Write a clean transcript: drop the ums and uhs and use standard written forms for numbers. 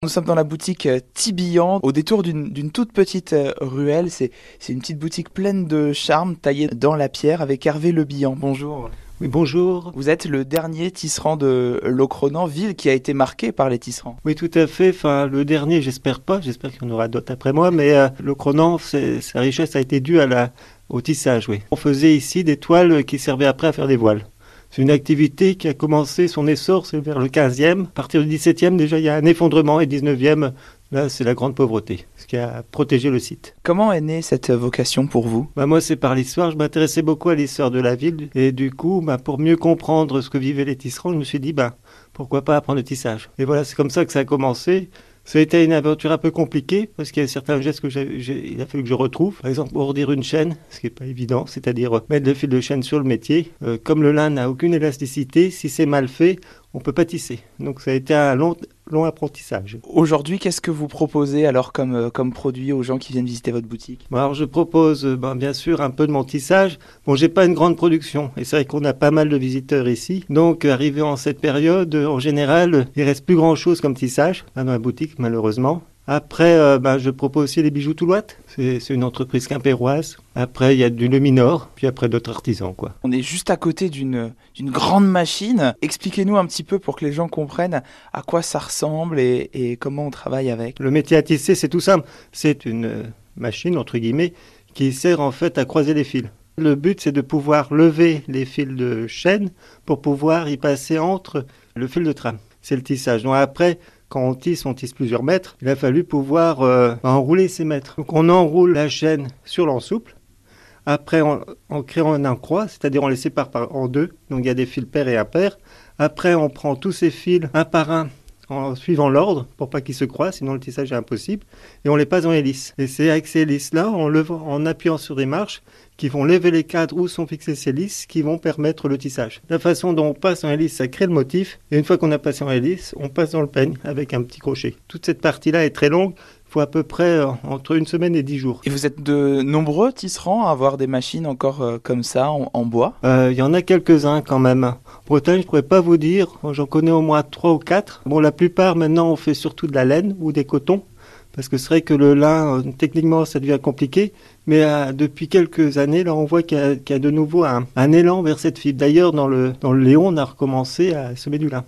Nous sommes dans la boutique Tibillant, au détour d'une toute petite ruelle. C'est une petite boutique pleine de charme, taillée dans la pierre, avec Hervé Lebihan. Bonjour. Oui, bonjour. Vous êtes le dernier tisserand de Locronan, ville qui a été marquée par les tisserands. Oui, tout à fait. Enfin, le dernier, j'espère pas. J'espère qu'il y en aura d'autres après moi. Mais Locronan, sa richesse a été due au tissage. Oui. On faisait ici des toiles qui servaient après à faire des voiles. C'est une activité qui a commencé son essor, c'est vers le 15e. À partir du 17e, déjà, il y a un effondrement. Et 19e, là, c'est la grande pauvreté, ce qui a protégé le site. Comment est née cette vocation pour vous ? Moi, c'est par l'histoire. Je m'intéressais beaucoup à l'histoire de la ville. Et du coup, pour mieux comprendre ce que vivaient les tisserands, je me suis dit, pourquoi pas apprendre le tissage. Et voilà, c'est comme ça que ça a commencé. Ça a été une aventure un peu compliquée parce qu'il y a certains gestes il a fallu que je retrouve. Par exemple, ourdir une chaîne, ce qui n'est pas évident, c'est-à-dire mettre le fil de chaîne sur le métier. Comme le lin n'a aucune élasticité, si c'est mal fait, on ne peut pas tisser. Donc ça a été un long apprentissage. Aujourd'hui, qu'est-ce que vous proposez alors comme produit aux gens qui viennent visiter votre boutique ? Alors je propose bien sûr un peu de mon tissage. J'ai pas une grande production et c'est vrai qu'on a pas mal de visiteurs ici. Donc arrivé en cette période, en général, il reste plus grand-chose comme tissage dans la boutique malheureusement. Après, je propose aussi les bijoux Toulouatte. C'est une entreprise quimpéroise. Après, il y a du Luminor, puis après d'autres artisans, quoi. On est juste à côté d'une grande machine. Expliquez-nous un petit peu pour que les gens comprennent à quoi ça ressemble et comment on travaille avec. Le métier à tisser, c'est tout simple. C'est une machine, entre guillemets, qui sert en fait à croiser les fils. Le but, c'est de pouvoir lever les fils de chaîne pour pouvoir y passer entre le fil de trame. C'est le tissage. Donc après, quand on tisse plusieurs mètres. Il a fallu pouvoir enrouler ces mètres. Donc on enroule la chaîne sur l'ensouple. Après, en créant un croix, c'est-à-dire on les sépare en deux. Donc il y a des fils pairs et impairs. Après, on prend tous ces fils un par un en suivant l'ordre pour pas qu'ils se croisent, sinon le tissage est impossible. Et on les passe en hélice. Et c'est avec ces hélices-là, en appuyant sur des marches, qui vont lever les cadres où sont fixées ces hélices, qui vont permettre le tissage. La façon dont on passe en hélice, ça crée le motif. Et une fois qu'on a passé en hélice, on passe dans le peigne avec un petit crochet. Toute cette partie-là est très longue. Il faut à peu près entre une semaine et 10 jours. Et vous êtes de nombreux tisserands à avoir des machines encore comme ça, en bois ? Il y en a quelques-uns quand même. En Bretagne, je ne pourrais pas vous dire. J'en connais au moins 3 ou 4. La plupart, maintenant, on fait surtout de la laine ou des cotons. Parce que c'est vrai que le lin, techniquement, ça devient compliqué. Mais depuis quelques années, là, on voit qu'il y a de nouveau un élan vers cette fibre. D'ailleurs, dans le Léon, on a recommencé à semer du lin.